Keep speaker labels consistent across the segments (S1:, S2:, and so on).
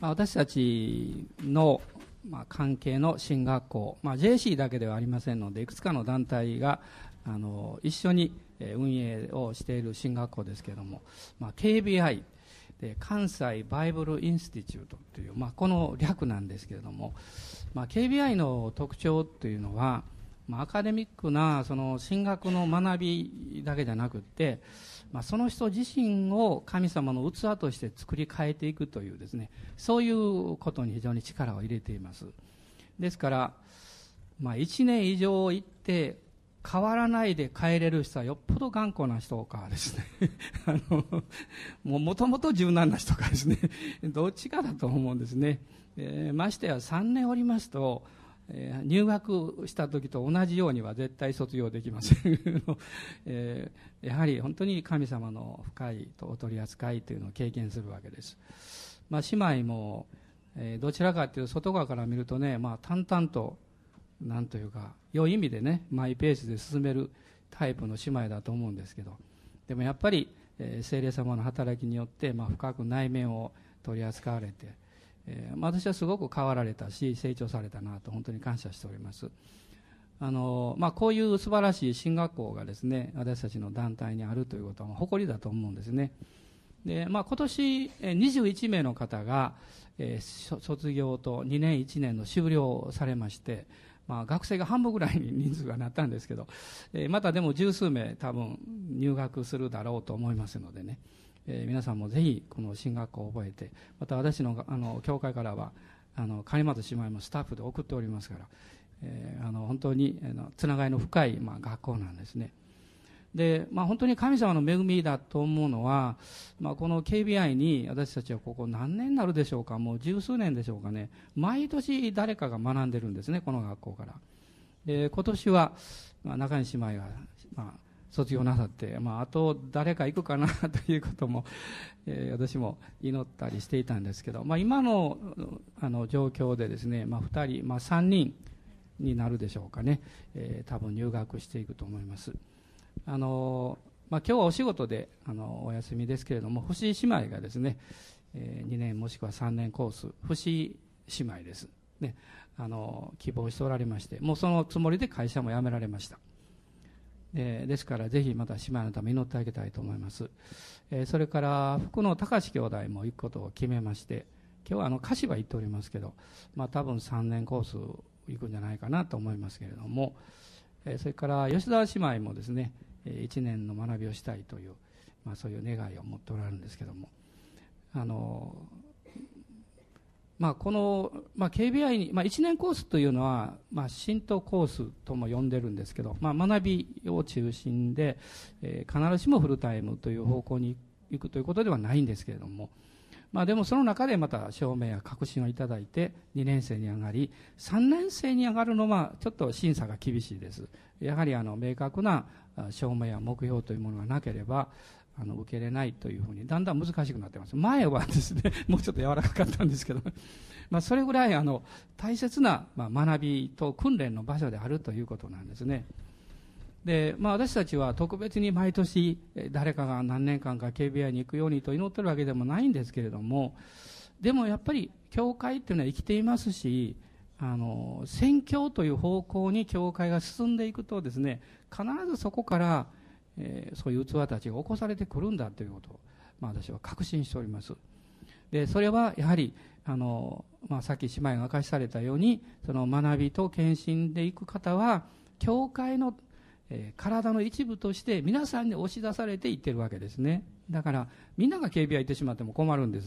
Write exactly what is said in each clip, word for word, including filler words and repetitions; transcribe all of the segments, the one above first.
S1: まあ、私たちの、まあ、関係の進学校、まあ、ジェーシー だけではありませんので、いくつかの団体があの一緒に運営をしている進学校ですけれども、まあ、ケービーアイ で関西バイブルインスティチュートという、まあ、この略なんですけれども、まあ、ケービーアイ の特徴というのは、まあ、アカデミックなその進学の学びだけじゃなくて、まあ、その人自身を神様の器として作り変えていくというですね、そういうことに非常に力を入れています。ですから、まあ、いちねん以上行って変わらないで帰れる人はよっぽど頑固な人かですねあのもうもともと柔軟な人かですねどっちかだと思うんですね。えー、ましてやさんねんおりますと、えー、入学した時と同じようには絶対卒業できません、えー、やはり本当に神様の深いお取り扱いというのを経験するわけです。まあ、姉妹も、えー、どちらかというと外側から見るとね、まあ、淡々となんというか良い意味でね、マイペースで進めるタイプの姉妹だと思うんですけど、でもやっぱり、えー、聖霊様の働きによって、まあ、深く内面を取り扱われて、えーまあ、私はすごく変わられたし成長されたなと本当に感謝しております。あの、まあ、こういう素晴らしい進学校がですね、私たちの団体にあるということは誇りだと思うんですね。で、まあ、今年にじゅういちめいの方が、えー、卒業とにねんいちねんの修了をされまして、まあ、学生が半分ぐらいに人数がなったんですけど、えー、またでも十数名多分入学するだろうと思いますのでね、えー、皆さんもぜひこの進学校を覚えて、また私のあの教会からはあの金松姉妹もスタッフで送っておりますから、えー、あの本当にあのつながりの深い、まあ、学校なんですね。で、まあ、本当に神様の恵みだと思うのは、まあ、この ケービーアイ に私たちはここ何年になるでしょうか、もう十数年でしょうかね、毎年誰かが学んでるんですね、この学校から。で、今年は、まあ、中西姉妹が、まあ、卒業なさって、まあ、あと誰か行くかなということも、えー、私も祈ったりしていたんですけど、まあ、今の、あの状況でですね、まあ、ふたり、まあ、さんにんになるでしょうかね、えー、多分入学していくと思います。あのまあ、今日はお仕事であのお休みですけれども、伏姉妹がですね、えー、にねんもしくはさんねんコース、伏姉妹です、ね、あの希望しておられまして、もうそのつもりで会社も辞められました。で, ですからぜひまた姉妹のために祈ってあげたいと思います。えー、それから福野隆兄弟も行くことを決めまして、今日はあの柏行っておりますけど、まあ、多分さんねんコース行くんじゃないかなと思いますけれども、えー、それから吉田姉妹もですね、いちねんの学びをしたいという、まあ、そういう願いを持っておられるんですけども、あの、まあ、この、まあ、ケービーアイ に、まあ、いちねんコースというのは、まあ、浸透コースとも呼んでるんですけど、まあ、学びを中心で、えー、必ずしもフルタイムという方向に行くということではないんですけれども、まあ、でもその中でまた証明や確信をいただいてにねん生に上がり、さんねん生に上がるのはちょっと審査が厳しいです。やはりあの明確な証明や目標というものがなければあの受けれないというふうにだんだん難しくなっています。前はですねもうちょっと柔らかかったんですけどまあそれぐらいあの大切な、まあ、学びと訓練の場所であるということなんですね。で、まあ、私たちは特別に毎年誰かが何年間か ケービーアイ に行くようにと祈ってるわけでもないんですけれども、でもやっぱり教会っていうのは生きていますし、あの宣教という方向に教会が進んでいくとですね、必ずそこから、えー、そういう器たちが起こされてくるんだということを、まあ、私は確信しております。でそれはやはりあの、まあ、さっき姉妹が明かしされたように、その学びと献身でいく方は教会のえー、体の一部として皆さんに押し出されていってるわけですね。だからみんなが ケービーアイ 行ってしまっても困るんです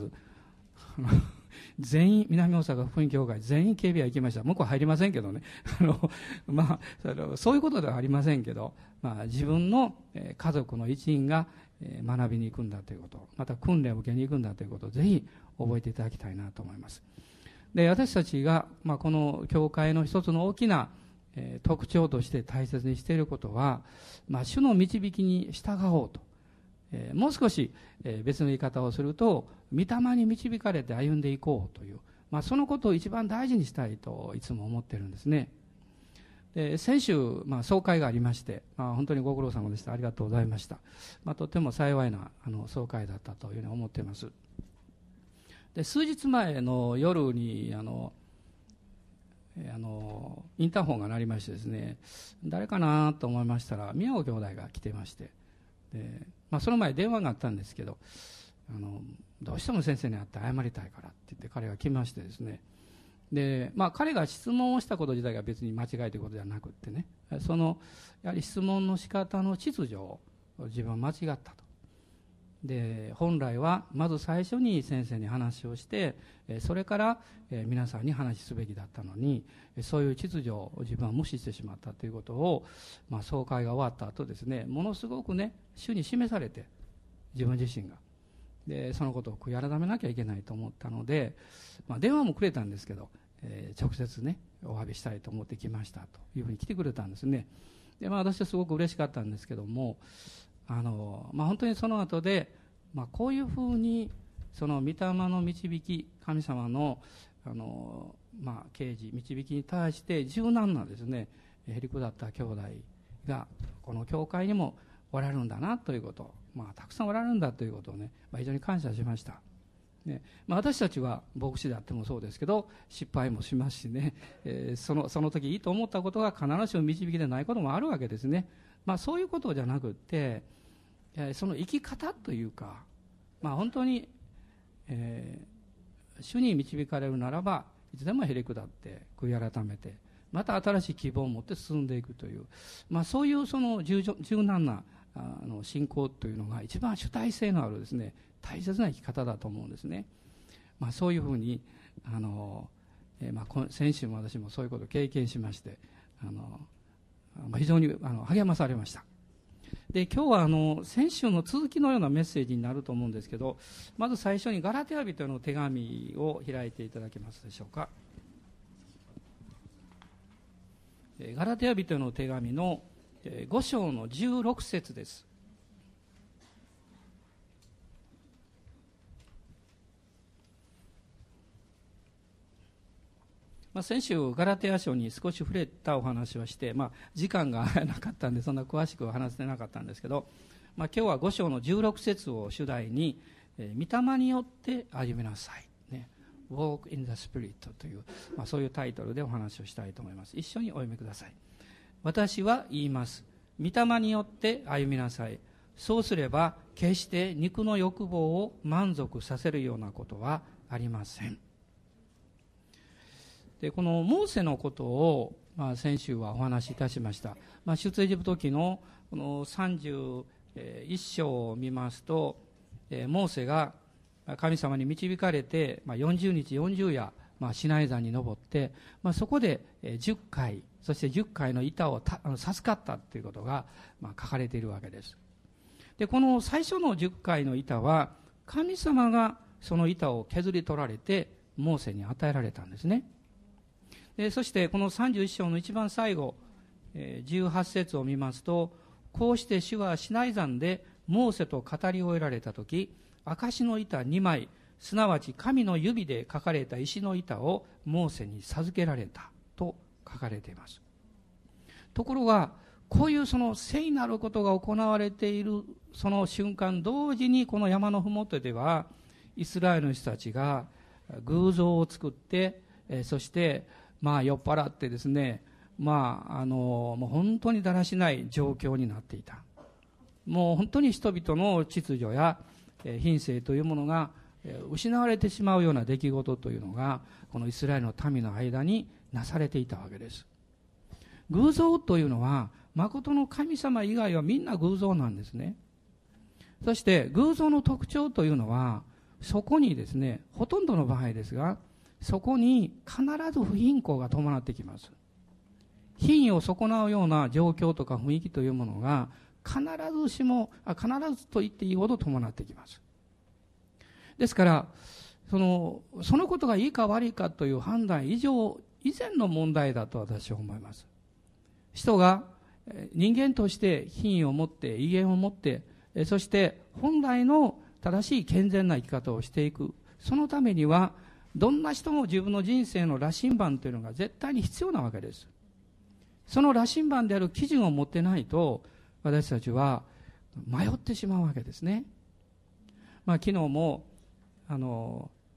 S1: 全員南大阪福音教会全員 ケービーアイ 行きました。向こう入りませんけどねあの、まあ、そのそういうことではありませんけど、まあ、自分の、えー、家族の一員が、えー、学びに行くんだということ、また訓練を受けに行くんだということをぜひ覚えていただきたいなと思います。で私たちが、まあ、この教会の一つの大きな特徴として大切にしていることは、まあ、主の導きに従おうと、えー、もう少し、えー、別の言い方をすると御霊に導かれて歩んでいこうという、まあ、そのことを一番大事にしたいといつも思っているんですね。で先週、まあ、総会がありまして、まあ、本当にご苦労様でした。ありがとうございました。まあ、とても幸いなあの総会だったというふうに思っています。 で数日前の夜にあのあのインターホンが鳴りましてですね、誰かなと思いましたら宮尾兄弟が来てまして、で、まあ、その前電話があったんですけど、あのどうしても先生に会って謝りたいからって言って彼が来ましてですね、で、まあ、彼が質問をしたこと自体が別に間違いということではなくってね、そのやはり質問の仕方の秩序を自分は間違ったと。で、本来はまず最初に先生に話をして、それから皆さんに話すべきだったのに、そういう秩序を自分は無視してしまったということを、まあ、総会が終わった後ですね、ものすごくね、主に示されて、自分自身がでそのことを悔い改めなきゃいけないと思ったので、まあ、電話もくれたんですけど、えー、直接ねお詫びしたいと思ってきましたというふうに来てくれたんですね。で、まあ、私はすごく嬉しかったんですけども、あの、まあ、本当にその後で、まあ、こういうふうにその御霊の導き、神様の、あの、まあ、啓示導きに対して柔軟なですねへりくだった兄弟がこの教会にもおられるんだなということ、まあ、たくさんおられるんだということをね、まあ、非常に感謝しました。ね、まあ、私たちは牧師であってもそうですけど失敗もしますしね、えー、そのその時いいと思ったことが必ずしも導きでないこともあるわけですね。まあ、そういうことじゃなくって、えー、その生き方というか、まあ、本当に、えー、主に導かれるならばいつでもへりくだって悔い改めてまた新しい希望を持って進んでいくという、まあ、そういうその柔軟なあの信仰というのが一番主体性のあるですね大切な生き方だと思うんですね。まあ、そういうふうにあの、えーまあ、先週も私もそういうことを経験しまして、あの、まあ、非常にあの励まされました。で、今日はあの先週の続きのようなメッセージになると思うんですけど、まず最初にガラテヤ人の手紙を開いていただけますでしょうか。ガラテヤ人の手紙のご章のじゅうろく節です。まあ、先週ガラテヤ書に少し触れたお話をして、まあ、時間がなかったんでそんな詳しくは話せなかったんですけど、まあ、今日はご章のじゅうろく節を主題に、えー、御霊によって歩みなさい、ね、Walk in the Spirit という、まあ、そういうタイトルでお話をしたいと思います。一緒にお読みください。私は言います。御霊によって歩みなさい。そうすれば決して肉の欲望を満足させるようなことはありません。で、このモーセのことを、まあ、先週はお話しいたしました。まあ、出エジプト記のこのさんじゅういっ章を見ますと、えー、モーセが神様に導かれて、まあ、よんじゅうにちよんじゅう夜、まあ、シナイ山に登って、まあ、そこでじゅっかい、そしてじゅっかいの板をたあの授かったということが、まあ、書かれているわけです。で、この最初のじゅっかいの板は神様がその板を削り取られてモーセに与えられたんですね。で、そしてこのさんじゅういっ章の一番最後、えー、じゅうはち節を見ますと、こうして主はシナイ山でモーセと語り終えられたとき、証の板にまい、すなわち神の指で書かれた石の板をモーセに授けられたと書かれています。ところが、こういうその聖なることが行われているその瞬間、同時にこの山のふもとでは、イスラエルの人たちが偶像を作って、えー、そしてまあ酔っ払ってですね、まああのもう本当にだらしない状況になっていた。もう本当に人々の秩序や品性というものが失われてしまうような出来事というのがこのイスラエルの民の間になされていたわけです。偶像というのは誠の神様以外はみんな偶像なんですね。そして偶像の特徴というのはそこにですね、ほとんどの場合ですが、そこに必ず不貧困が伴ってきます。品位を損なうような状況とか雰囲気というものが必ずしも必ずと言っていいほど伴ってきます。ですからそのそのことがいいか悪いかという判断以上以前の問題だと私は思います。人が人間として品位を持って威厳を持って、そして本来の正しい健全な生き方をしていく、そのためにはどんな人も自分の人生の羅針盤というのが絶対に必要なわけです。その羅針盤である基準を持ってないと私たちは迷ってしまうわけですね。まあ、昨日もあの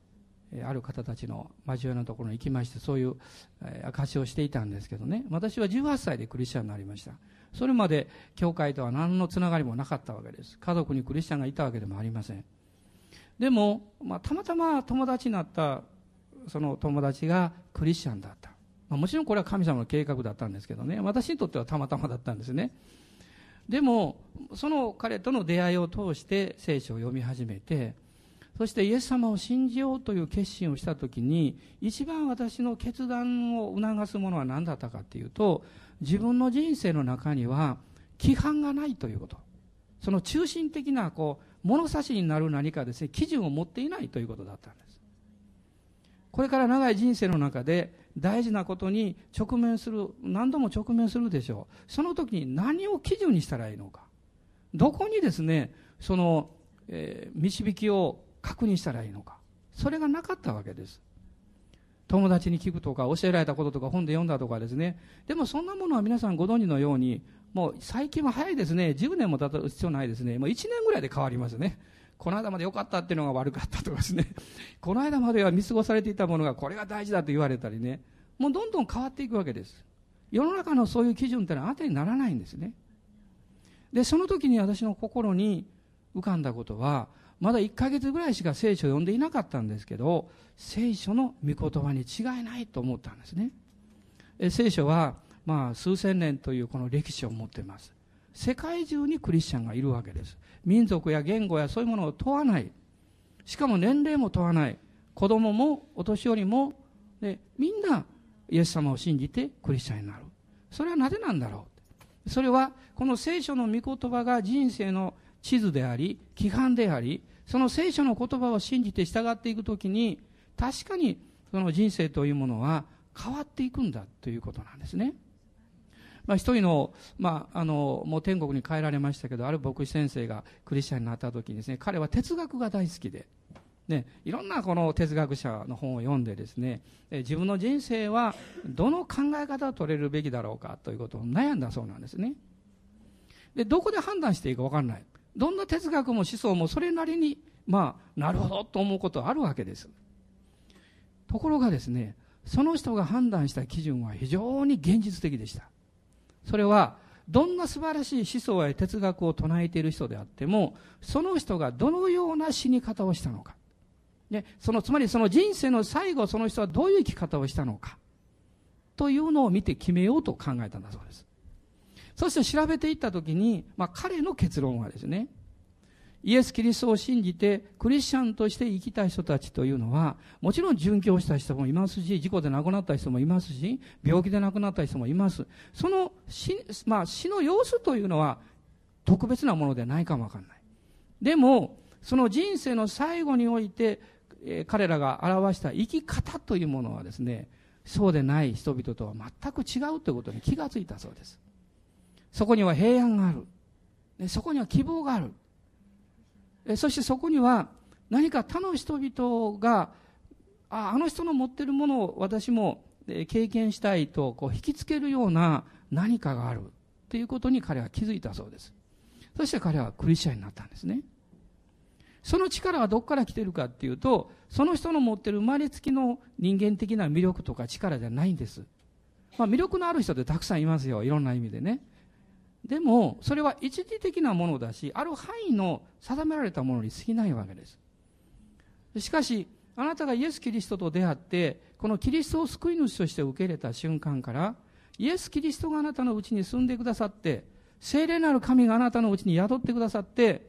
S1: ある方たちの交わりのところに行きまして、そういう証しをしていたんですけどね、私はじゅうはっさいでクリスチャンになりました。それまで教会とは何のつながりもなかったわけです。家族にクリスチャンがいたわけでもありません。でも、まあ、たまたま友達になったその友達がクリスチャンだった。まあ、もちろんこれは神様の計画だったんですけどね、私にとってはたまたまだったんですね。でもその彼との出会いを通して聖書を読み始めて、そしてイエス様を信じようという決心をしたときに、一番私の決断を促すものは何だったかというと、自分の人生の中には規範がないということ、その中心的なこう物差しになる何かですね、基準を持っていないということだったんです。これから長い人生の中で大事なことに直面する、何度も直面するでしょう。その時に何を基準にしたらいいのか、どこにですねその、えー、導きを確認したらいいのか、それがなかったわけです。友達に聞くとか教えられたこととか本で読んだとかですね。でもそんなものは皆さんご存知のように、もう最近は早いですね。じゅうねんも経つ必要ないですね。もういちねんぐらいで変わりますね。この間まで良かったっていうのが悪かったとかですね、この間までは見過ごされていたものがこれが大事だと言われたりね、もうどんどん変わっていくわけです。世の中のそういう基準ってのは当てにならないんですね。でその時に私の心に浮かんだことは、まだいっかげつぐらいしか聖書を読んでいなかったんですけど、聖書の御言葉に違いないと思ったんですね。え聖書は、まあ、数千年というこの歴史を持っています。世界中にクリスチャンがいるわけです。民族や言語やそういうものを問わない、しかも年齢も問わない、子供もお年寄りも、ね、みんなイエス様を信じてクリスチャンになる。それはなぜなんだろう。それはこの聖書の御言葉が人生の地図であり規範であり、その聖書の言葉を信じて従っていくときに、確かにその人生というものは変わっていくんだということなんですね。まあ、一人の、まあ、あのもう天国に帰られましたけど、ある牧師先生がクリスチャンになったときにですね、彼は哲学が大好きで、ね、いろんなこの哲学者の本を読んでですね、自分の人生はどの考え方を取れるべきだろうかということを悩んだそうなんですね。でどこで判断していいか分からない、どんな哲学も思想もそれなりに、まあ、なるほどと思うことはあるわけです。ところがですね、その人が判断した基準は非常に現実的でした。それはどんな素晴らしい思想や哲学を唱えている人であっても、その人がどのような死に方をしたのか、でそのつまりその人生の最後、その人はどういう生き方をしたのかというのを見て決めようと考えたんだそうです。そして調べていったときに、まあ、彼の結論はですね、イエス・キリストを信じてクリスチャンとして生きたい人たちというのは、もちろん殉教した人もいますし、事故で亡くなった人もいますし、病気で亡くなった人もいます。その 死,、まあ、死の様子というのは特別なものではないかもわからない。でもその人生の最後において、えー、彼らが表した生き方というものはですね、そうでない人々とは全く違うということに気がついたそうです。そこには平安がある、そこには希望がある、そしてそこには何か他の人々が あ, あの人の持っているものを私も経験したいとこう引きつけるような何かがあるということに彼は気づいたそうです。そして彼はクリスチャンになったんですね。その力はどこから来ているかというと、その人の持っている生まれつきの人間的な魅力とか力じゃないんです。まあ、魅力のある人ってたくさんいますよ、いろんな意味でね。でもそれは一時的なものだし、ある範囲の定められたものに過ぎないわけです。しかしあなたがイエス・キリストと出会って、このキリストを救い主として受け入れた瞬間から、イエス・キリストがあなたのうちに住んでくださって、聖霊なる神があなたのうちに宿ってくださって、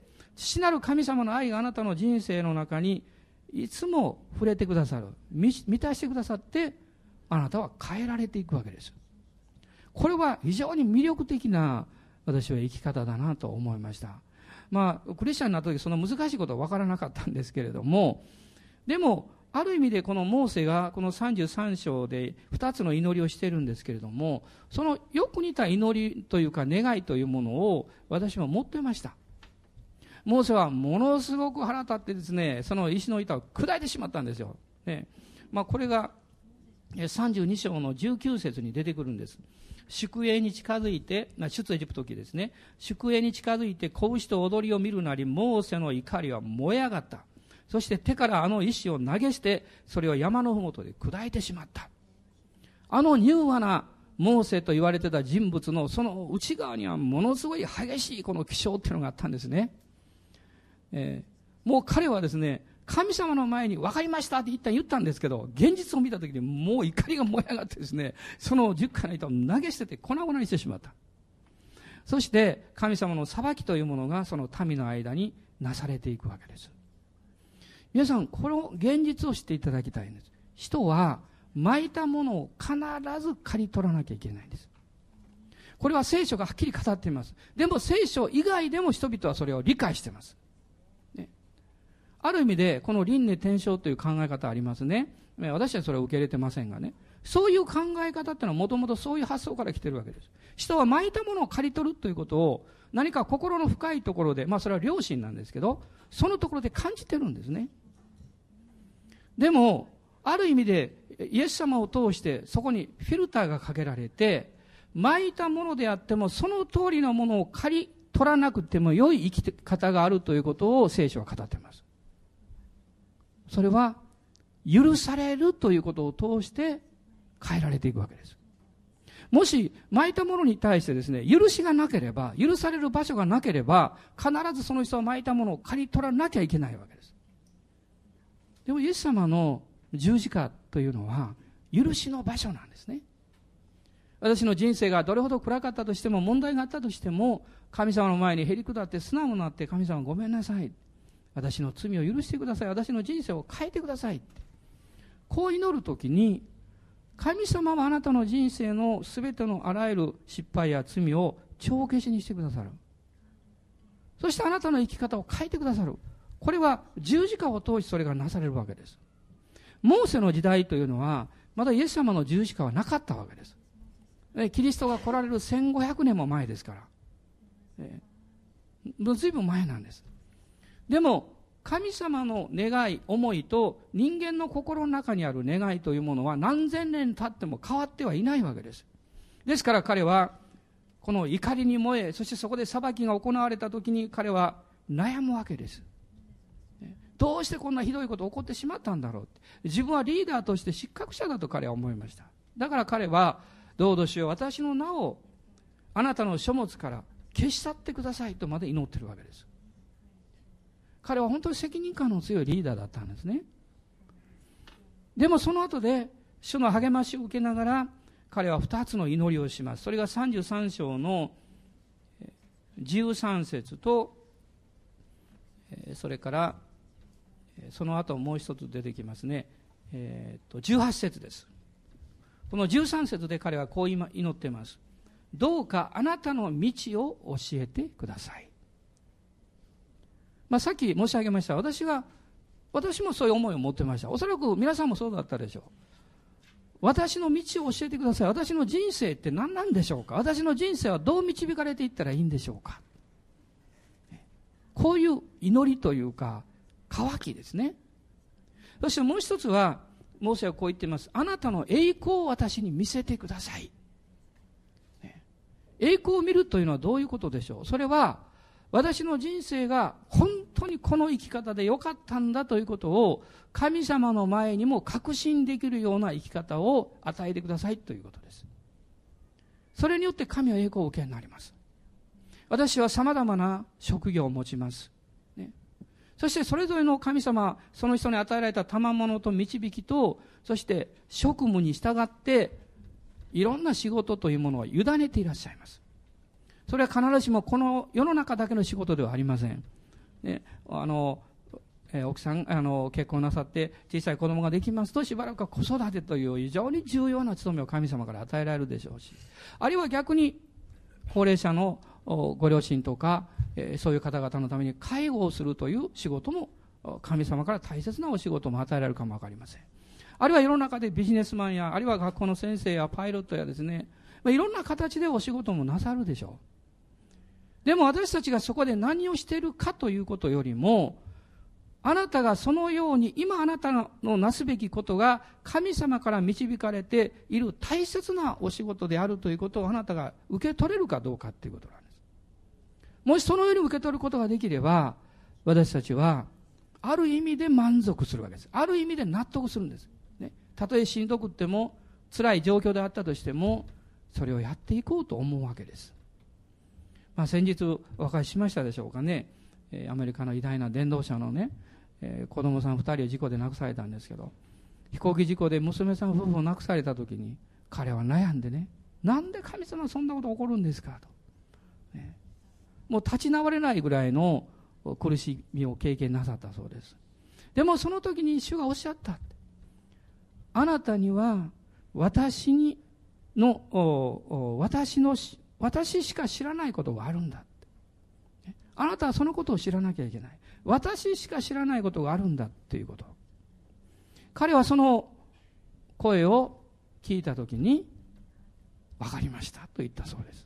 S1: 父なる神様の愛があなたの人生の中にいつも触れてくださる、満たしてくださって、あなたは変えられていくわけです。これは非常に魅力的な私は生き方だなと思いました。まあクリスチャンになった時その難しいことは分からなかったんですけれども、でもある意味でこのモーセがこのさんじゅうさん章でふたつの祈りをしているんですけれども、そのよく似た祈りというか願いというものを私は持っていました。モーセはものすごく腹立ってですね、その石の板を砕いてしまったんですよ、ね。まあ、これがさんじゅうに章のじゅうきゅう節に出てくるんです。宿営に近づいて、出エジプト記ですね、宿営に近づいて子牛と踊りを見るなり、モーセの怒りは燃え上がった。 そして手からあの石を投げ捨て、それを山のふもとで砕いてしまった。あの柔和なモーセと言われてた人物のその内側にはものすごい激しいこの気性っていうのがあったんですね。えー、もう彼はですね、神様の前に分かりましたって一旦言ったんですけど、現実を見た時にもう怒りが燃え上がってですね、その十回の板を投げ捨てて粉々にしてしまった。そして神様の裁きというものがその民の間になされていくわけです。皆さん、この現実を知っていただきたいんです。人は蒔いたものを必ず刈り取らなきゃいけないんです。これは聖書がはっきり語っています。でも聖書以外でも人々はそれを理解しています。ね、ある意味でこの輪廻転生という考え方ありますね。私はそれを受け入れてませんがね。そういう考え方ってのはもともとそういう発想から来てるわけです。人は蒔いたものを刈り取るということを何か心の深いところで、まあそれは良心なんですけど、そのところで感じてるんですね。でも、ある意味でイエス様を通してそこにフィルターがかけられて、蒔いたものであってもその通りのものを刈り取らなくても良い生き方があるということを聖書は語っています。それは許されるということを通して変えられていくわけです。もし蒔いたものに対してですね、許しがなければ、許される場所がなければ、必ずその人は蒔いたものを刈り取らなきゃいけないわけです。でもイエス様の十字架というのは許しの場所なんですね。私の人生がどれほど暗かったとしても、問題があったとしても、神様の前にへり下って素直になって、神様ごめんなさい、私の罪を許してください、私の人生を変えてくださいって、こう祈るときに、神様はあなたの人生のすべてのあらゆる失敗や罪を帳消しにしてくださる。そしてあなたの生き方を変えてくださる。これは十字架を通してそれがなされるわけです。モーセの時代というのはまだイエス様の十字架はなかったわけです。キリストが来られるせんごひゃくねんも前ですから、ずいぶん前なんです。でも神様の願い、思いと人間の心の中にある願いというものは何千年経っても変わってはいないわけです。ですから彼はこの怒りに燃え、そしてそこで裁きが行われた時に彼は悩むわけです。どうしてこんなひどいこと起こってしまったんだろうって。自分はリーダーとして失格者だと彼は思いました。だから彼は、どうぞ主よ、私の名をあなたの書物から消し去ってくださいとまで祈ってるわけです。彼は本当に責任感の強いリーダーだったんですね。でもその後で主の励ましを受けながら彼は二つの祈りをします。それがさんじゅうさん章のじゅうさん節と、それからその後もう一つ出てきますね、えー、とじゅうはち節です。このじゅうさん節で彼はこう祈っています。どうかあなたの道を教えてください。まあ、さっき申し上げました。私が、私もそういう思いを持ってました。おそらく皆さんもそうだったでしょう。私の道を教えてください。私の人生って何なんでしょうか。私の人生はどう導かれていったらいいんでしょうか。こういう祈りというか、渇きですね。そしてもう一つは、モーセはこう言っています。あなたの栄光を私に見せてください。栄光を見るというのはどういうことでしょう。それは、私の人生が本当にこの生き方で良かったんだということを神様の前にも確信できるような生き方を与えてくださいということです。それによって神は栄光を受けになります。私は様々な職業を持ちます、ね、そしてそれぞれの神様、その人に与えられた賜物と導きと、そして職務に従っていろんな仕事というものを委ねていらっしゃいます。それは必ずしもこの世の中だけの仕事ではありません。ね、あの、えー、奥さん、あの、結婚なさって小さい子供ができますと、しばらくは子育てという非常に重要な務めを神様から与えられるでしょうし、あるいは逆に高齢者のご両親とか、えー、そういう方々のために介護をするという仕事も神様から大切なお仕事も与えられるかもわかりません。あるいは世の中でビジネスマンや、あるいは学校の先生やパイロットやですね、まあ、いろんな形でお仕事もなさるでしょう。でも私たちがそこで何をしているかということよりも、あなたがそのように今あなたのなすべきことが神様から導かれている大切なお仕事であるということをあなたが受け取れるかどうかということなんです。もしそのように受け取ることができれば、私たちはある意味で満足するわけです。ある意味で納得するんです、ね、たとえしんどくっても辛い状況であったとしてもそれをやっていこうと思うわけです。まあ、先日お分かりしましたでしょうかね、えー、アメリカの偉大な伝道者のね、えー、子供さんふたりを事故で亡くされたんですけど、飛行機事故で娘さん夫婦を亡くされた時に彼は悩んでね、なんで神様そんなこと起こるんですかと、ね、もう立ち直れないぐらいの苦しみを経験なさったそうです。でもその時に主がおっしゃった。あなたには私にの私の私しか知らないことがあるんだ。あなたはそのことを知らなきゃいけない。私しか知らないことがあるんだということ。彼はその声を聞いたときに分かりましたと言ったそうです。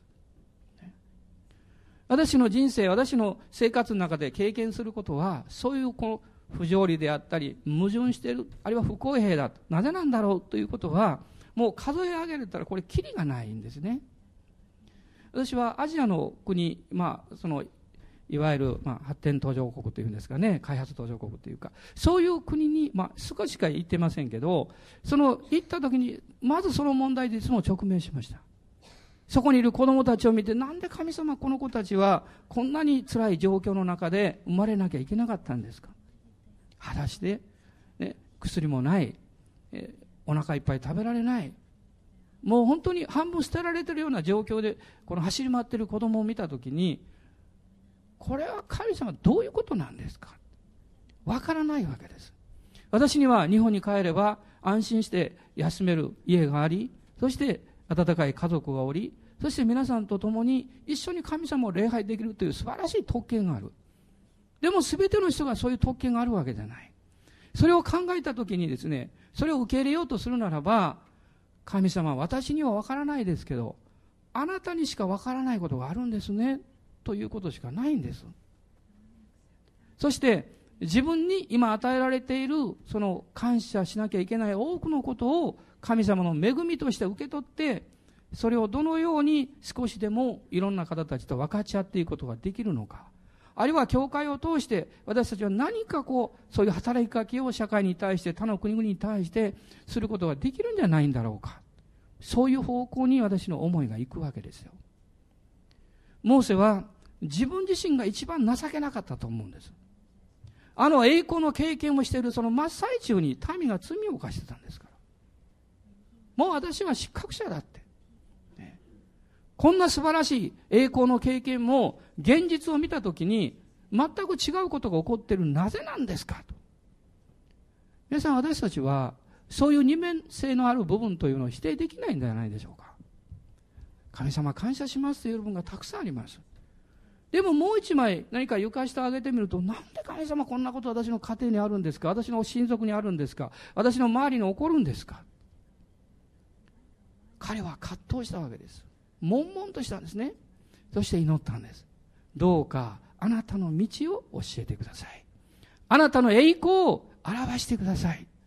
S1: 私の人生、私の生活の中で経験することは、そういうこう不条理であったり、矛盾している、あるいは不公平だと、なぜなんだろうということは、もう数え上げれたらこれキリがないんですね。私はアジアの国、まあ、そのいわゆる、まあ、発展途上国というんですかね、開発途上国というか、そういう国に、まあ、少ししか行ってませんけど、その行った時にまずその問題でいつも直面しました。そこにいる子供たちを見て、なんで神様この子たちはこんなに辛い状況の中で生まれなきゃいけなかったんですか。裸足で、ね、薬もない、えー、お腹いっぱい食べられない、もう本当に半分捨てられているような状況でこの走り回っている子供を見たときに、これは神様どういうことなんですか、わからないわけです。私には日本に帰れば安心して休める家があり、そして温かい家族がおり、そして皆さんと共に一緒に神様を礼拝できるという素晴らしい特権がある。でも全ての人がそういう特権があるわけじゃない。それを考えたときにですね、それを受け入れようとするならば、神様、私には分からないですけど、あなたにしか分からないことがあるんですねということしかないんです。そして自分に今与えられているその感謝しなきゃいけない多くのことを神様の恵みとして受け取って、それをどのように少しでもいろんな方たちと分かち合っていくことができるのか、あるいは教会を通して私たちは何かこうそういう働きかけを社会に対して他の国々に対してすることができるんじゃないんだろうか、そういう方向に私の思いがいくわけですよ。モーセは自分自身が一番情けなかったと思うんです。あの栄光の経験をしているその真っ最中に民が罪を犯してたんですから、もう私は失格者だって、ね、こんな素晴らしい栄光の経験も現実を見たときに全く違うことが起こっている、なぜなんですかと。皆さん、私たちはそういう二面性のある部分というのを否定できないんじゃないでしょうか。神様感謝しますという部分がたくさんあります。でももう一枚何か床下を上げてみると、なんで神様こんなこと私の家庭にあるんですか、私の親族にあるんですか、私の周りに起こるんですか。彼は葛藤したわけです。悶々としたんですね。そして祈ったんです。どうかあなたの道を教えてください、あなたの栄光を表してください。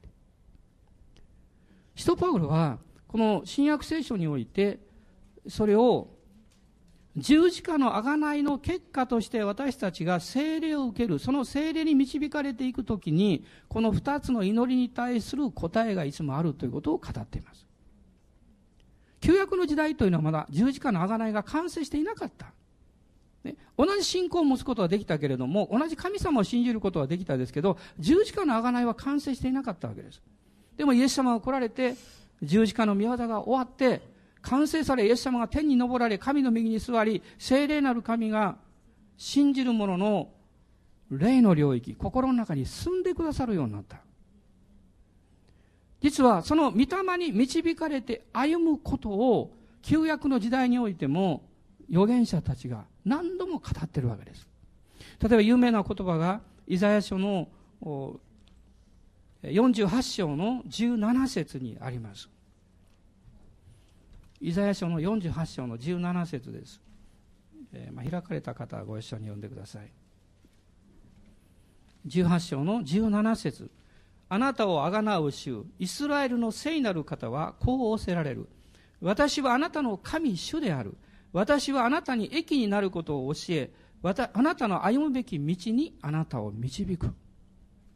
S1: 使徒パウロはこの新約聖書においてそれを十字架の贖いの結果として私たちが聖霊を受ける、その聖霊に導かれていくときに、この二つの祈りに対する答えがいつもあるということを語っています。旧約の時代というのはまだ十字架の贖いが完成していなかった、ね、同じ信仰を持つことはできたけれども、同じ神様を信じることはできたですけど、十字架の贖いは完成していなかったわけです。でもイエス様が来られて、十字架の御業が終わって完成され、イエス様が天に昇られ、神の右に座り、聖霊なる神が信じる者の霊の領域、心の中に住んでくださるようになった。実はその御霊に導かれて歩むことを旧約の時代においても預言者たちが何度も語っているわけです。例えば有名な言葉がイザヤ書のよんじゅうはち章のじゅうなな節にあります。イザヤ書のよんじゅうはち章のじゅうなな節です。えーまあ、開かれた方はご一緒に読んでください。じゅうはち章のじゅうなな節。あなたをあがなう主、イスラエルの聖なる方はこう仰せられる。私はあなたの神主である。私はあなたに益になることを教え、あなたの歩むべき道にあなたを導く。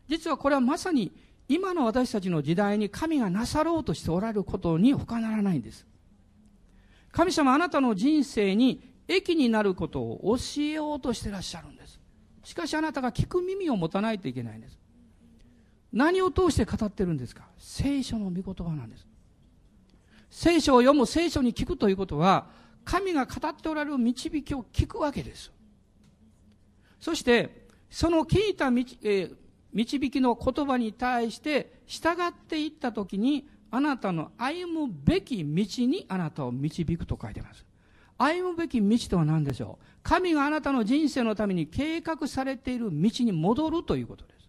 S1: 実はこれはまさに今の私たちの時代に神がなさろうとしておられることに他ならないんです。神様はあなたの人生に益になることを教えようとしていらっしゃるんです。しかしあなたが聞く耳を持たないといけないんです。何を通して語ってるんですか？聖書の御言葉なんです。聖書を読む、聖書に聞くということは、神が語っておられる導きを聞くわけです。そしてその聞いた導,、えー、導きの言葉に対して従っていったときに、あなたの歩むべき道にあなたを導くと書いています。歩むべき道とは何でしょう？神があなたの人生のために計画されている道に戻るということです。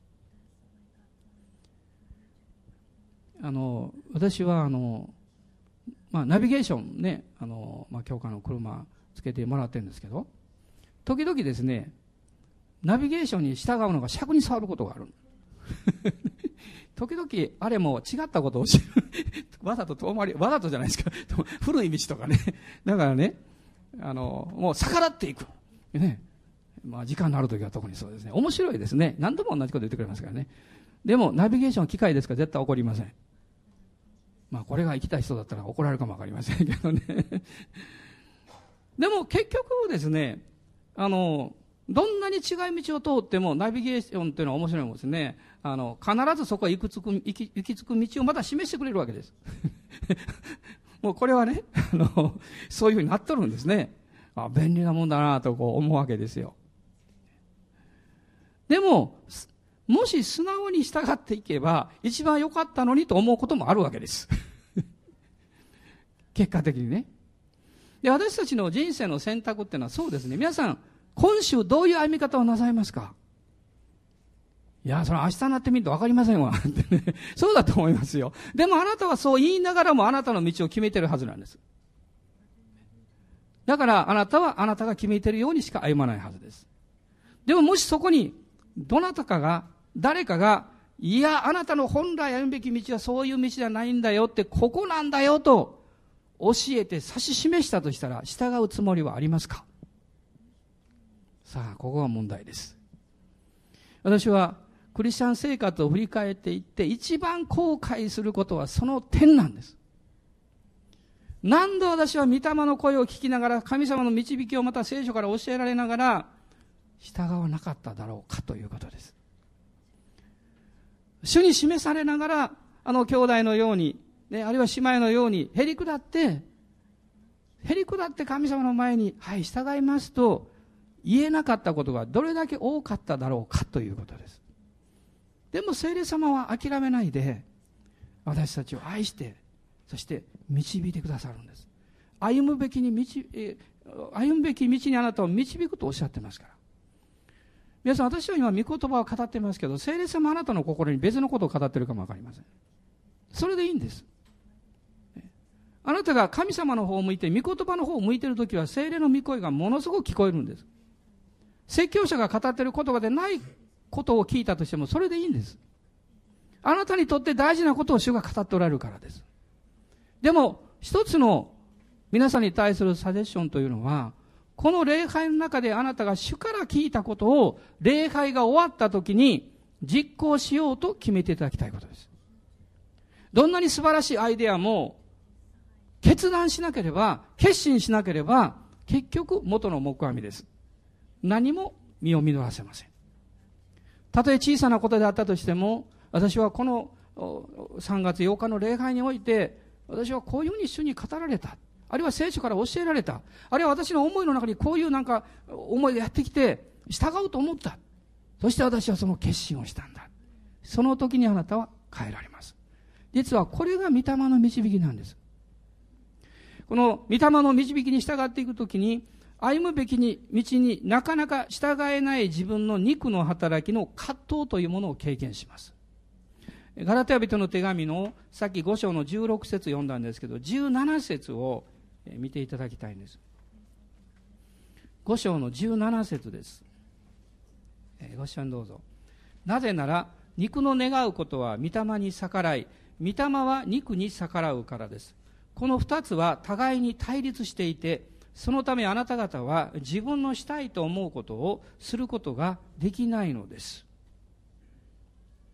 S1: あの私はあの、まあ、ナビゲーションね、あの、まあ、教会の車つけてもらってるんですけど、時々ですね、ナビゲーションに従うのが尺に触ることがある時々あれも違ったことを教えるわざと遠回り、わざとじゃないですか古い道とかね、だからね、あのもう逆らっていく、ね、まあ、時間のあるときは特にそうですね。面白いですね。何度も同じこと言ってくれますからね。でもナビゲーション機械ですから絶対怒りません。まあこれが生きた人だったら怒られるかもわかりませんけどねでも結局ですね、あのどんなに違い道を通ってもナビゲーションというのは面白いもんですね。あの必ずそこへ行き着く、行き、行き着く道をまた示してくれるわけですもうこれはね、あのそういうふうになっとるんですね。あ、便利なもんだなとこう思うわけですよ。でももし素直に従っていけば一番良かったのにと思うこともあるわけです結果的にね。で、私たちの人生の選択っていうのはそうですね。皆さん今週どういう歩み方をなさいますか？いや、それ明日になってみると分かりませんわってねそうだと思いますよ。でもあなたはそう言いながらもあなたの道を決めてるはずなんです。だからあなたはあなたが決めてるようにしか歩まないはずです。でももしそこにどなたかが、誰かが、いや、あなたの本来歩むべき道はそういう道じゃないんだよって、ここなんだよと教えて指し示したとしたら、従うつもりはありますか？さあ、ここが問題です。私はクリスチャン生活を振り返っていって、一番後悔することはその点なんです。何度私は御霊の声を聞きながら、神様の導きをまた聖書から教えられながら、従わなかっただろうかということです。主に示されながら、あの兄弟のように、ね、あるいは姉妹のように、へりくだって、へりくだって神様の前に、はい、従いますと、言えなかったことがどれだけ多かっただろうかということです。でも聖霊様は諦めないで、私たちを愛して、そして導いてくださるんです。歩むべきに導、えー、歩むべき道にあなたを導くとおっしゃってますから。皆さん、私は今御言葉を語ってますけど、聖霊様あなたの心に別のことを語っているかもわかりません。それでいいんです。あなたが神様の方を向いて、御言葉の方を向いているときは、聖霊の御声がものすごく聞こえるんです。説教者が語っている言葉でないことを聞いたとしても、それでいいんです。あなたにとって大事なことを主が語っておられるからです。でも、一つの皆さんに対するサジェッションというのは、この礼拝の中であなたが主から聞いたことを礼拝が終わった時に実行しようと決めていただきたいことです。どんなに素晴らしいアイデアも決断しなければ、決心しなければ結局元の木阿弥です。何も実を実らせません。たとえ小さなことであったとしても、私はこのさんがつようかの礼拝において私はこういうふうに主に語られた、あるいは聖書から教えられた、あるいは私の思いの中にこういうなんか思いがやってきて従うと思った。そして私はその決心をしたんだ。その時にあなたは変えられます。実はこれが御霊の導きなんです。この御霊の導きに従っていくときに、歩むべきに道になかなか従えない自分の肉の働きの葛藤というものを経験します。ガラテヤ人の手紙のさっきご章のじゅうろく節読んだんですけど、じゅうなな節を見ていただきたいんです。ご章のじゅうなな節です。ご一緒にどうぞ。なぜなら肉の願うことは御霊に逆らい、御霊は肉に逆らうからです。この二つは互いに対立していて、そのためあなた方は自分のしたいと思うことをすることができないのです。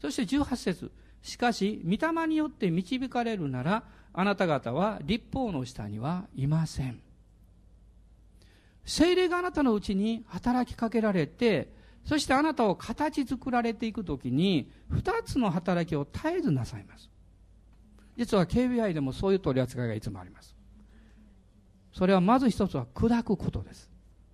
S1: そしてじゅうはち節、しかし御霊によって導かれるなら、あなた方は律法の下にはいません。聖霊があなたのうちに働きかけられて、そしてあなたを形作られていくときに、二つの働きを絶えずなさいます。実は ケービーアイ でもそういう取り扱いがいつもあります。それはまず一つは砕くことです。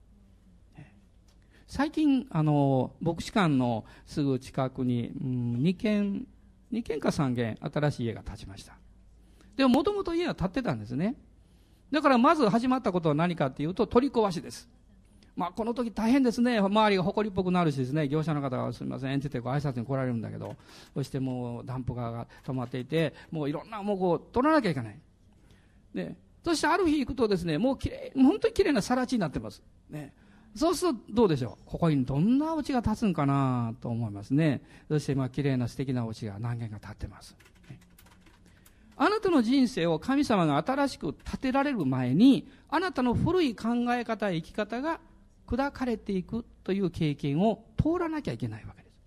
S1: 最近、あの、牧師館のすぐ近くに、うん、にけん、にけんかさんけん新しい家が建ちました。でももともと家は建ってたんですね。だからまず始まったことは何かっていうと、取り壊しです。まあこの時大変ですね。周りが埃っぽくなるしですね、業者の方がすみませんって言ってこう挨拶に来られるんだけど、そしてもうダンプカーが止まっていて、もういろんなもうこう取らなきゃいけない。で、そしてある日行くとですね、もうきれい、本当にきれいな更地になってます。ね。そうするとどうでしょう。ここにどんなお家が建つんかなと思いますね。そしてまあきれいな素敵なお家が何軒か建ってます。ね、あなたの人生を神様が新しく建てられる前に、あなたの古い考え方、生き方が砕かれていくという経験を通らなきゃいけないわけです。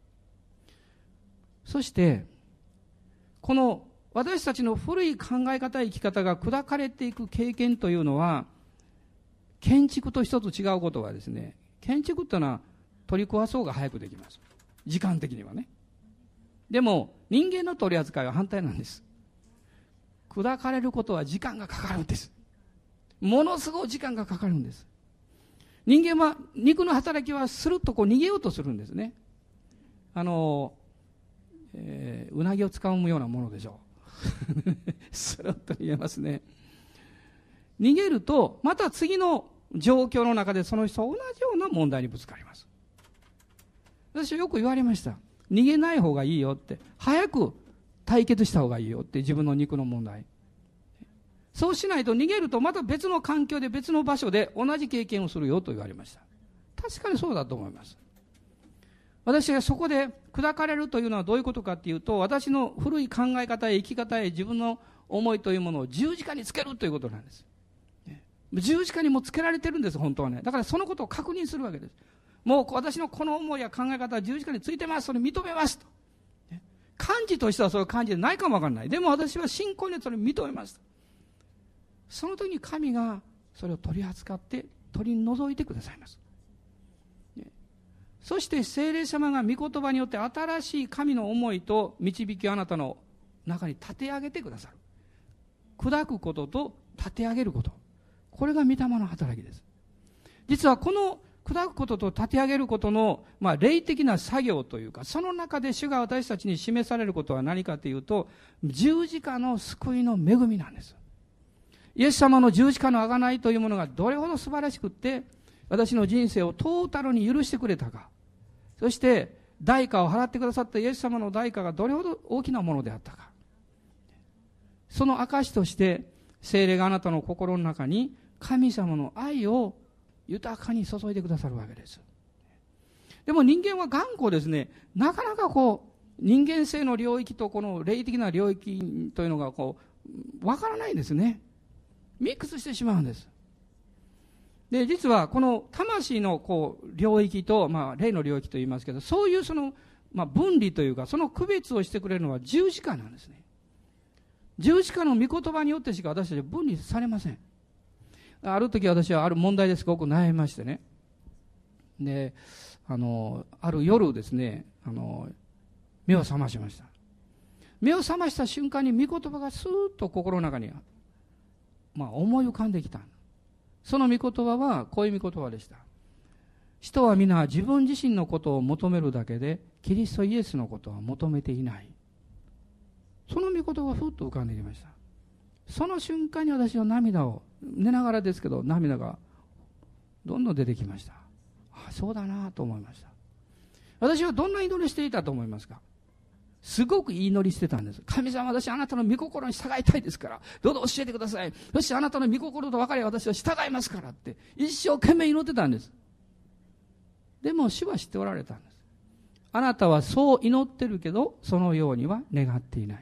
S1: そしてこの私たちの古い考え方、生き方が砕かれていく経験というのは、建築と一つ違うことはですね、建築ってのは取り壊そうが早くできます。時間的にはね。でも人間の取り扱いは反対なんです。砕かれることは時間がかかるんです。ものすごい時間がかかるんです。人間は肉の働きはするっとこう逃げようとするんですね。あの、えー、うなぎをつかむようなものでしょう。スルッと逃げますね。逃げるとまた次の状況の中でその人は同じような問題にぶつかります。私はよく言われました。逃げない方がいいよって、早く対決した方がいいよって、自分の肉の問題。そうしないと逃げるとまた別の環境で別の場所で同じ経験をするよと言われました。確かにそうだと思います。私がそこで砕かれるというのはどういうことかっていうと、私の古い考え方や生き方や自分の思いというものを十字架につけるということなんです。十字架にもつけられてるんです、本当はね。だからそのことを確認するわけです。もう私のこの思いや考え方は十字架についてます、それ認めますと。漢字としてはそれは漢字でないかもわからない。でも私は信仰にそれを認めますと。その時に神がそれを取り扱って取り除いてくださいます。そして聖霊様が御言葉によって新しい神の思いと導きをあなたの中に立て上げてくださる。砕くことと立て上げること、これが御霊の働きです。実はこの砕くことと立て上げることの、まあ、霊的な作業というか、その中で主が私たちに示されることは何かというと、十字架の救いの恵みなんです。イエス様の十字架の贖いというものがどれほど素晴らしくって、私の人生をトータルに許してくれたか、そして代価を払ってくださったイエス様の代価がどれほど大きなものであったか、その証として聖霊があなたの心の中に神様の愛を豊かに注いでくださるわけです。でも人間は頑固ですね。なかなかこう人間性の領域とこの霊的な領域というのがこうわからないんですね。ミックスしてしまうんです。で、実はこの魂のこう領域と、まあ、霊の領域と言いますけど、そういうその、まあ、分離というか、その区別をしてくれるのは十字架なんですね。十字架の御言葉によってしか私たちは分離されません。ある時私はある問題ですごく悩みましてね。で、あの、ある夜ですね、あの、目を覚ましました。目を覚ました瞬間に御言葉がスーッと心の中に、まあ、思い浮かんできた。その御言葉はこういう御言葉でした。人は皆自分自身のことを求めるだけで、キリストイエスのことは求めていない。その御言葉がふっと浮かんできました。その瞬間に私は涙を、寝ながらですけど涙がどんどん出てきました。ああ、そうだなと思いました。私はどんな祈りしていたと思いますか？すごくいい祈りしてたんです。神様、私あなたの御心に従いたいですから、どうぞ教えてください。そしてあなたの御心と分かり私は従いますからって一生懸命祈ってたんです。でも主は知っておられたんです。あなたはそう祈ってるけど、そのようには願っていない。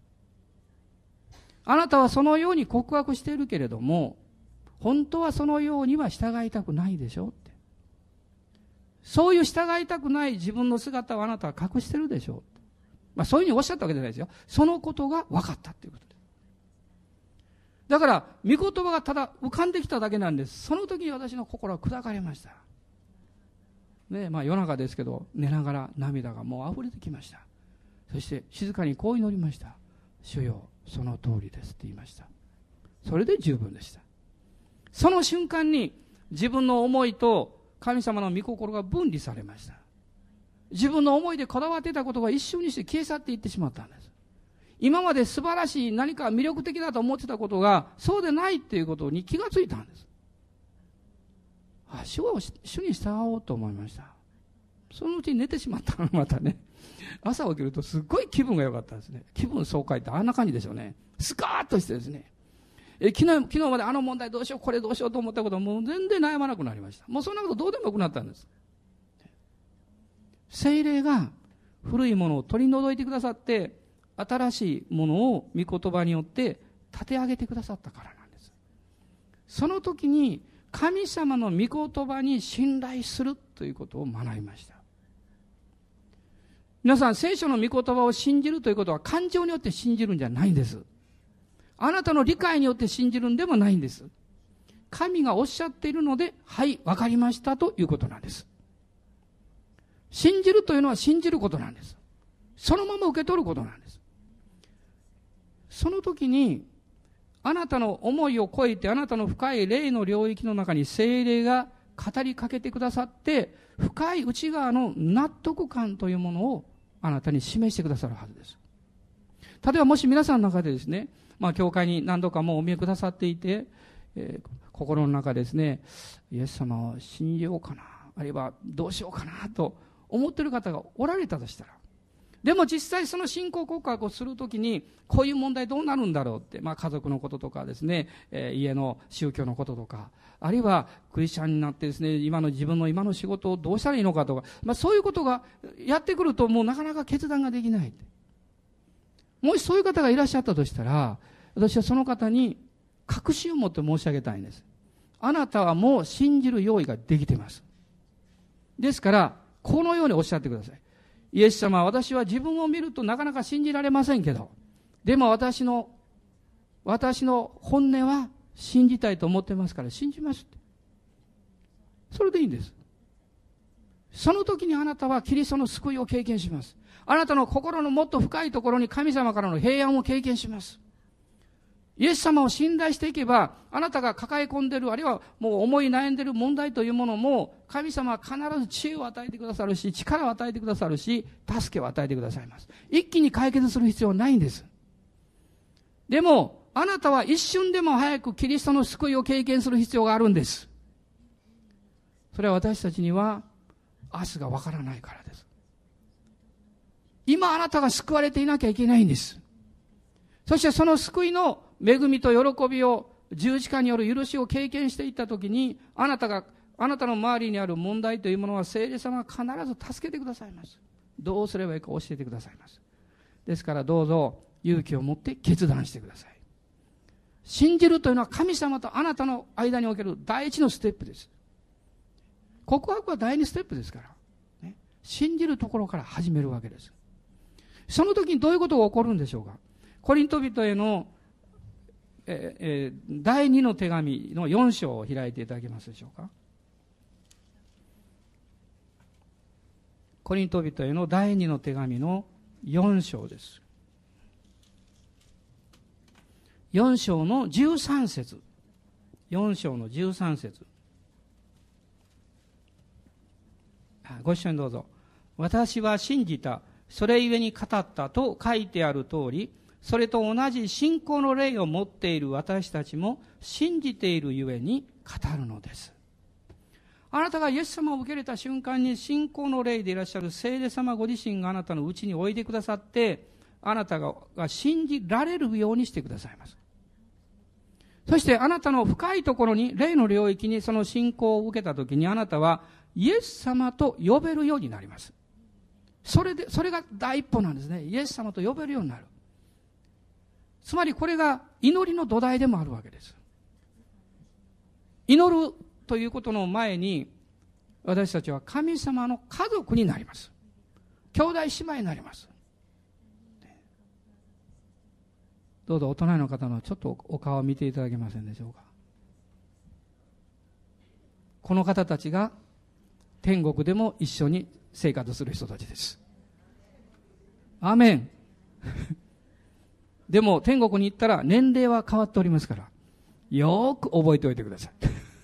S1: あなたはそのように告白しているけれども、本当はそのようには従いたくないでしょって。そういう従いたくない自分の姿をあなたは隠してるでしょう。 まあそういうふうにおっしゃったわけじゃないですよ。そのことが分かったということです。だから、御言葉がただ浮かんできただけなんです。その時に私の心は砕かれました。ね、まあ夜中ですけど、寝ながら涙がもう溢れてきました。そして静かにこう祈りました。主よ、その通りですって言いました。それで十分でした。その瞬間に自分の思いと神様の御心が分離されました。自分の思いでこだわっていたことが一瞬にして消え去っていってしまったんです。今まで素晴らしい何か魅力的だと思ってたことがそうでないっていうことに気がついたんです。あ、主を主に従おうと思いました。そのうちに寝てしまったのまたね。朝起きるとすっごい気分が良かったですね。気分爽快ってあんな感じでしょうね。スカーッとしてですね。え昨日、昨日まであの問題どうしよう、これどうしようと思ったことはもう全然悩まなくなりました。もうそんなことどうでもよくなったんです。聖霊が古いものを取り除いてくださって、新しいものを御言葉によって立て上げてくださったからなんです。その時に神様の御言葉に信頼するということを学びました。皆さん、聖書の御言葉を信じるということは感情によって信じるんじゃないんです。あなたの理解によって信じるんでもないんです。神がおっしゃっているので、はい、わかりましたということなんです。信じるというのは信じることなんです。そのまま受け取ることなんです。その時に、あなたの思いを超えて、あなたの深い霊の領域の中に聖霊が語りかけてくださって、深い内側の納得感というものをあなたに示してくださるはずです。例えばもし皆さんの中でですね、まあ教会に何度かもうお見えくださっていて、えー、心の中ですね、イエス様を信じようかな、あるいはどうしようかなと思っている方がおられたとしたら、でも実際その信仰告白をするときに、こういう問題どうなるんだろうって、まあ家族のこととかですね、えー、家の宗教のこととか、あるいはクリスチャンになってですね、今の自分の今の仕事をどうしたらいいのかとか、まあそういうことがやってくるともうなかなか決断ができない。もしそういう方がいらっしゃったとしたら、私はその方に確信を持って申し上げたいんです。あなたはもう信じる用意ができています。ですから、このようにおっしゃってください。イエス様は、私は自分を見るとなかなか信じられませんけど、でも私の、私の本音は信じたいと思ってますから信じますって。それでいいんです。その時にあなたはキリストの救いを経験します。あなたの心のもっと深いところに神様からの平安を経験します。イエス様を信頼していけば、あなたが抱え込んでいる、あるいはもう思い悩んでいる問題というものも、神様は必ず知恵を与えてくださるし、力を与えてくださるし、助けを与えてくださいます。一気に解決する必要はないんです。でも、あなたは一瞬でも早くキリストの救いを経験する必要があるんです。それは私たちには、明日がわからないからです。今あなたが救われていなきゃいけないんです。そしてその救いの恵みと喜びを十字架による許しを経験していったときに、あなたが、あなたの周りにある問題というものは聖霊様が必ず助けてくださいます。どうすればいいか教えてくださいます。ですからどうぞ勇気を持って決断してください。信じるというのは神様とあなたの間における第一のステップです。告白は第二ステップですから、ね、信じるところから始めるわけです。その時にどういうことが起こるんでしょうか。コリント人への、えーえー、第二の手紙のよん章を開いていただけますでしょうか。コリント人への第二の手紙のよん章です。よん章のじゅうさん節。よん章のじゅうさん節。ご一緒にどうぞ。私は信じた、それゆえに語ったと書いてある通り、それと同じ信仰の霊を持っている私たちも信じているゆえに語るのです。あなたがイエス様を受け入れた瞬間に信仰の霊でいらっしゃる聖霊様ご自身があなたのうちにおいでくださって、あなたが信じられるようにしてくださいます。そしてあなたの深いところに、霊の領域にその信仰を受けたときに、あなたはイエス様と呼べるようになります。それで、それが第一歩なんですね。イエス様と呼べるようになる。つまりこれが祈りの土台でもあるわけです。祈るということの前に、私たちは神様の家族になります。兄弟姉妹になります。 どうぞお隣の方のちょっとお顔を見ていただけませんでしょうか。この方たちが天国でも一緒に生活する人たちです。アーメン。でも天国に行ったら年齢は変わっておりますから、よーく覚えておいてください。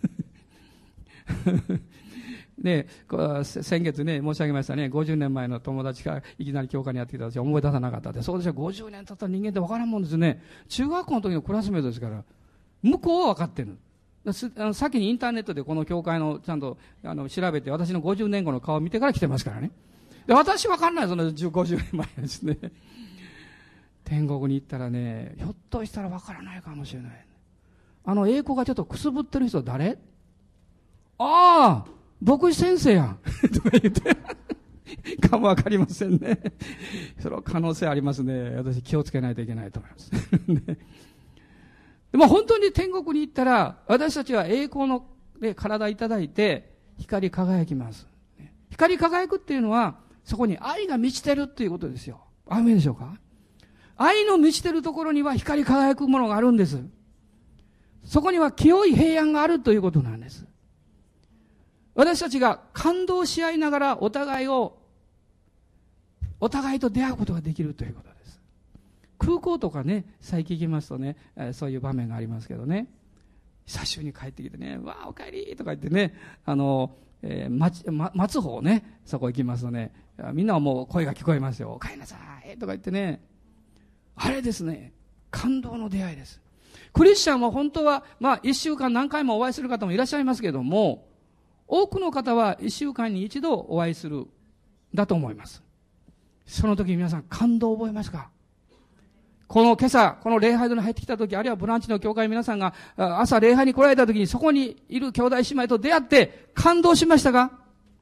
S1: で、先月ね、申し上げましたね、ごじゅうねんまえの友達がいきなり教会にやってきた私は思い出さなかったって。そうですよ、ごじゅうねん経ったら人間って分からんもんですね。中学校の時のクラスメートですから、向こうは分かってる。あの先にインターネットでこの教会のちゃんとあの調べて、私のごじゅうねんごの顔を見てから来てますからね。で、私分かんない、そのごじゅうねんまえですね。天国に行ったらね、ひょっとしたら分からないかもしれない。あの栄光がちょっとくすぶってる人誰？ああ、牧師先生やん。とか言って。かもわかりませんね。その可能性ありますね。私気をつけないといけないと思います。でも本当に天国に行ったら、私たちは栄光ので体いただいて、光り輝きます。光り輝くっていうのは、そこに愛が満ちてるっていうことですよ。アーメンでしょうか？愛の満ちてるところには光り輝くものがあるんです。そこには清い平安があるということなんです。私たちが感動し合いながらお互いを、お互いと出会うことができるということです。空港とかね、最近行きますとね、そういう場面がありますけどね、久しぶりに帰ってきてね、わあお帰りとか言ってね、あの、えー、待ち、ま、待つ方ね、そこ行きますとね、みんなはもう声が聞こえますよ。お帰りなさいとか言ってね、あれですね、感動の出会いです。クリスチャンは本当は、まあ一週間何回もお会いする方もいらっしゃいますけども、多くの方は一週間に一度お会いする、だと思います。その時皆さん感動を覚えますか？この今朝、この礼拝堂に入ってきた時、あるいはブランチの教会の皆さんが朝礼拝に来られた時にそこにいる兄弟姉妹と出会って感動しましたか？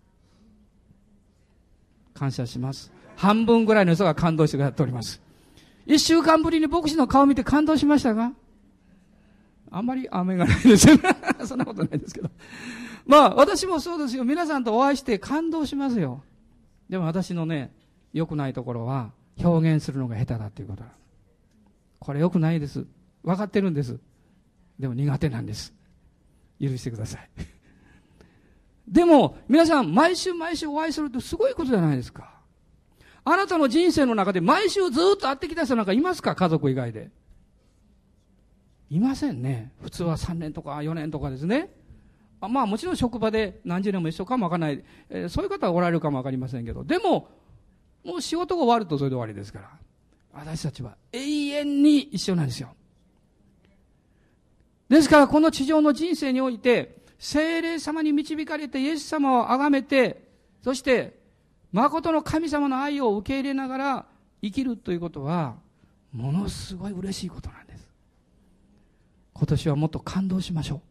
S1: 感謝します。半分ぐらいの人が感動してくださっております。一週間ぶりに牧師の顔を見て感動しましたか？あんまり雨がないですよね。そんなことないですけど。まあ私もそうですよ。皆さんとお会いして感動しますよ。でも私のね、良くないところは表現するのが下手だっていうことだ。これ良くないです。分かってるんです。でも苦手なんです。許してください。でも皆さん毎週毎週お会いするとすごいことじゃないですか。あなたの人生の中で毎週ずっと会ってきた人なんかいますか？家族以外で。いませんね。普通はさんねんとかよねんとかですね。あまあもちろん職場で何十年も一緒かもわからない、えー、そういう方がおられるかもわかりませんけど、でももう仕事が終わるとそれで終わりですから、私たちは永遠に一緒なんですよ。ですからこの地上の人生において聖霊様に導かれてイエス様を崇めて、そして誠の神様の愛を受け入れながら生きるということはものすごい嬉しいことなんです。今年はもっと感動しましょう。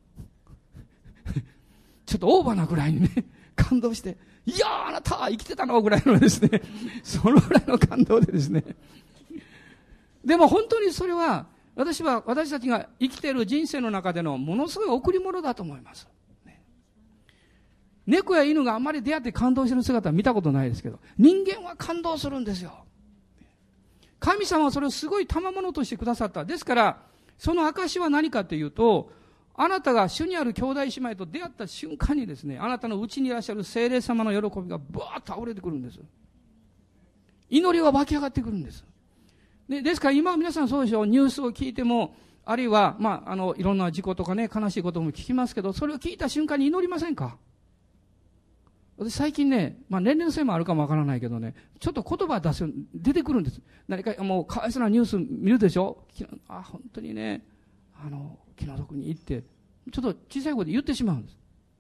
S1: ちょっとオーバーなぐらいにね、感動して、いやーあなたは生きてたのぐらいのですね、そのぐらいの感動でですね。でも本当にそれは、私は私たちが生きている人生の中でのものすごい贈り物だと思います。ね、猫や犬があまり出会って感動している姿は見たことないですけど、人間は感動するんですよ。神様はそれをすごい賜物としてくださった。ですから、その証は何かというと、あなたが主にある兄弟姉妹と出会った瞬間にですね、あなたのうちにいらっしゃる聖霊様の喜びがバーッと溢れてくるんです。祈りは湧き上がってくるんです。で、ですから今皆さんそうでしょう、ニュースを聞いても、あるいは、まあ、あの、いろんな事故とかね、悲しいことも聞きますけど、それを聞いた瞬間に祈りませんか？私最近ね、まあ年齢のせいもあるかもわからないけどね、ちょっと言葉出す、出てくるんです。何かもうかわいそうなニュース見るでしょ？あ、本当にね、あの、気の毒に言って、ちょっと小さい声で言ってしまうんです。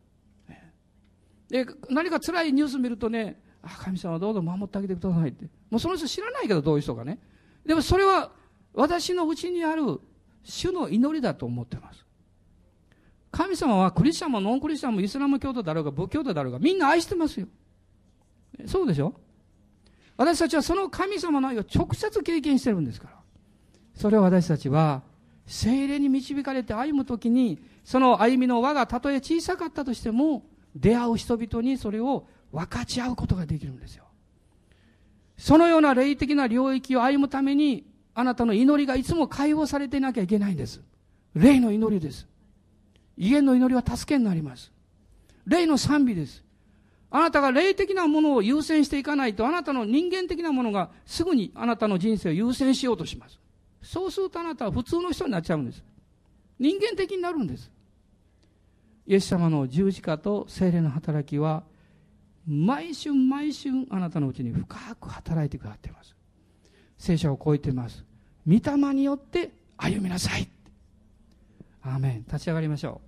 S1: で、何か辛いニュース見るとね、あ、神様どうぞ守ってあげてくださいって。もうその人知らないけど、どういう人かね。でもそれは私のうちにある主の祈りだと思っています。神様はクリスチャンもノンクリスチャンもイスラム教徒だろうが仏教徒だろうがみんな愛してますよ。そうでしょ？私たちはその神様の愛を直接経験してるんですから。それを私たちは聖霊に導かれて歩むときに、その歩みの輪がたとえ小さかったとしても、出会う人々にそれを分かち合うことができるんですよ。そのような霊的な領域を歩むために、 あなたの祈りがいつも解放されていなきゃいけないんです。霊の祈りです。威厳の祈りは助けになります。霊の賛美です。あなたが霊的なものを優先していかないと、あなたの人間的なものがすぐにあなたの人生を優先しようとします。そうするとあなたは普通の人になっちゃうんです。人間的になるんです。イエス様の十字架と聖霊の働きは毎春毎春あなたのうちに深く働いてくださっています。聖書をこう言っています。御霊によって歩みなさい。アーメン。立ち上がりましょ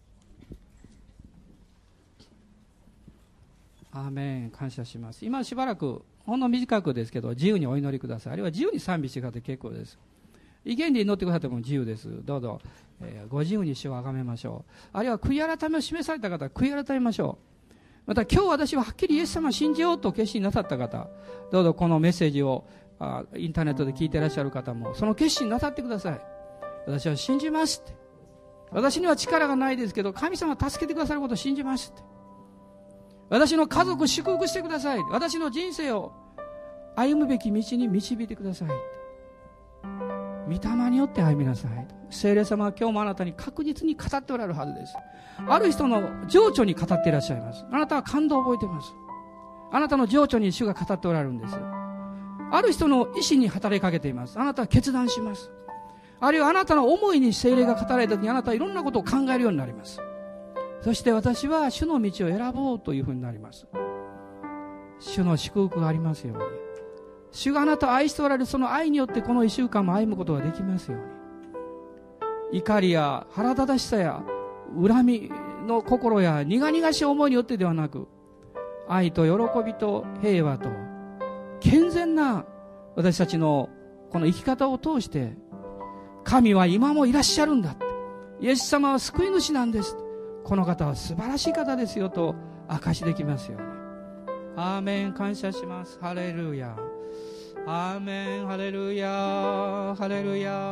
S1: う。アーメン。感謝します。今しばらくほんの短くですけど自由にお祈りください。あるいは自由に賛美してくださって結構です。意見で祈ってくださっても自由です。どうぞ、えー、ご自由に主をあがめましょう。あるいは悔い改めを示された方は悔い改めましょう。また今日私ははっきりイエス様を信じようと決心なさった方、どうぞこのメッセージをあインターネットで聞いていらっしゃる方もその決心なさってください。私は信じますって。私には力がないですけど神様は助けてくださることを信じますって。私の家族を祝福してください。私の人生を歩むべき道に導いてください。御霊によって歩みなさい。聖霊様は今日もあなたに確実に語っておられるはずです。ある人の情緒に語っていらっしゃいます。あなたは感動を覚えています。あなたの情緒に主が語っておられるんです。ある人の意志に働きかけています。あなたは決断します。あるいはあなたの思いに聖霊が語られた時にあなたはいろんなことを考えるようになります。そして私は主の道を選ぼうというふうになります。主の祝福がありますように。主があなたを愛しておられるその愛によってこの一週間も歩むことができますように。怒りや腹立たしさや恨みの心や苦々しい思いによってではなく、愛と喜びと平和と健全な私たちのこの生き方を通して神は今もいらっしゃるんだ、イエス様は救い主なんです、この方は素晴らしい方ですよと証しできますように。アーメン。感謝します。ハレルヤ、アーメン。ハレルヤ、ハレルヤ、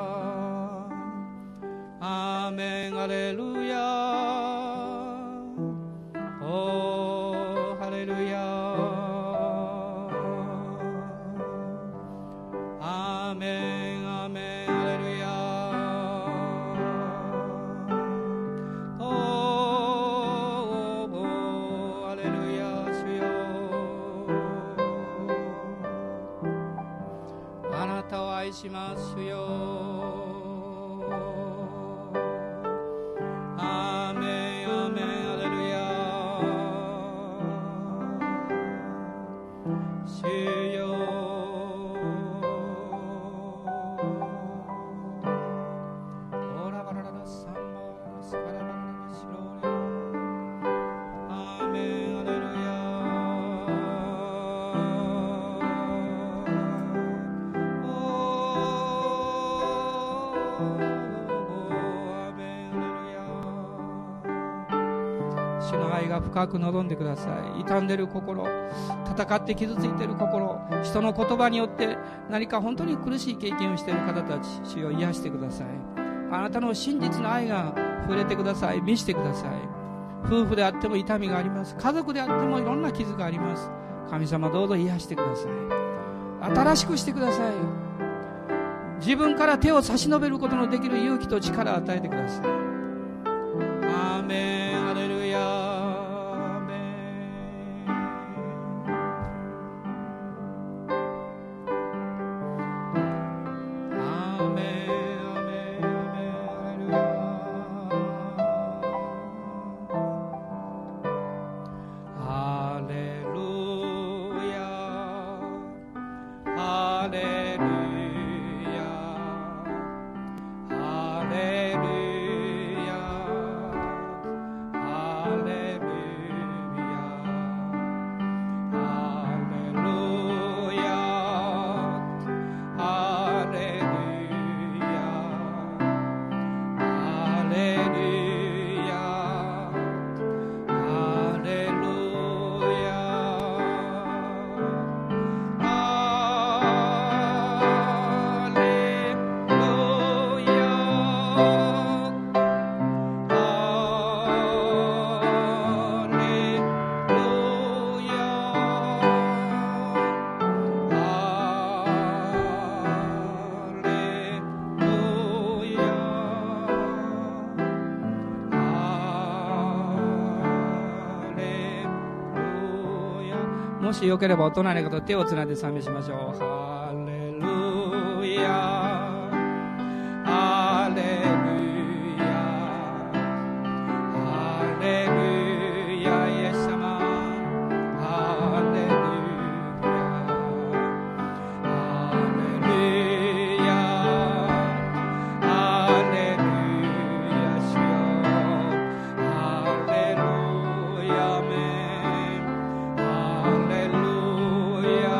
S1: アーメン。ハレルヤ、おーハレルヤ、アーメン、アーメン。ハレルヤ、おーハレルヤ、主よあなたを愛します主よ。アーメン、アーメン。ハレルヤ、主よオラバラララサンバラスカラバララシローリアーメン。ハレルヤ、主の愛が深く望んでください。傷んでいる心、戦って傷ついている心、人の言葉によって何か本当に苦しい経験をしている方たち、主よ癒してください。あなたの真実の愛が触れてください。見せてください。夫婦であっても痛みがあります。家族であってもいろんな傷があります。神様どうぞ癒してください。新しくしてください。自分から手を差し伸べることのできる勇気と力を与えてください。アーメン。ハレルヤ、アーメン。アーメン、アーメン、アーメン。ハレルヤ、ハレルヤ、ハレルヤ、ハレルヤ、ハもしよければお隣の方と手をつないで賛美しましょう。ハレルヤハレルヤハレルヤイエス様ハレルヤハレルヤハレルヤ主よハレルヤメンハレルヤ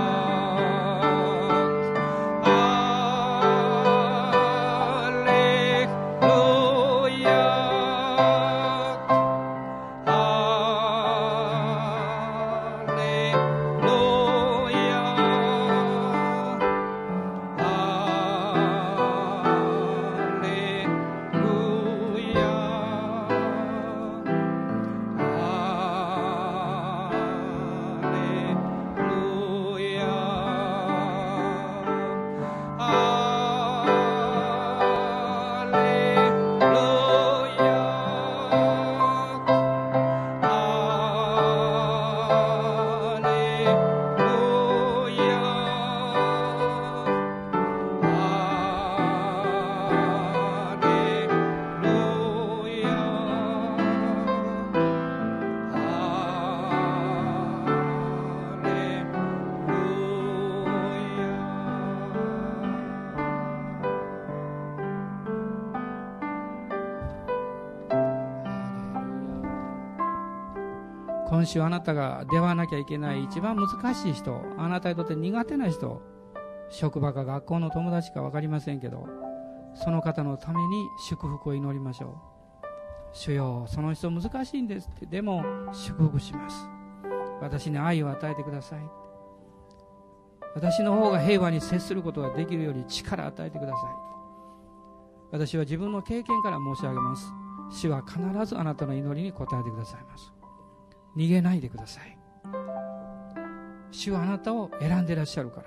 S1: 今週あなたが出会わなきゃいけない一番難しい人、あなたにとって苦手な人、職場か学校の友達か分かりませんけど、その方のために祝福を祈りましょう。主よ、その人難しいんですって、でも祝福します。私に愛を与えてください。私の方が平和に接することができるように力を与えてください。私は自分の経験から申し上げます。主は必ずあなたの祈りに応えてくださいます。逃げないでください。主はあなたを選んでいらっしゃるから、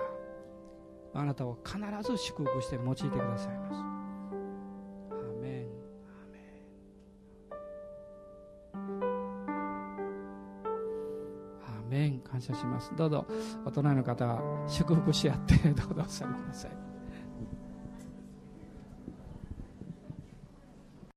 S1: あなたを必ず祝福して用いてくださいます。アーメン、アーメン、アーメン。感謝します。どうぞお隣の方祝福し合ってどうぞお座りください。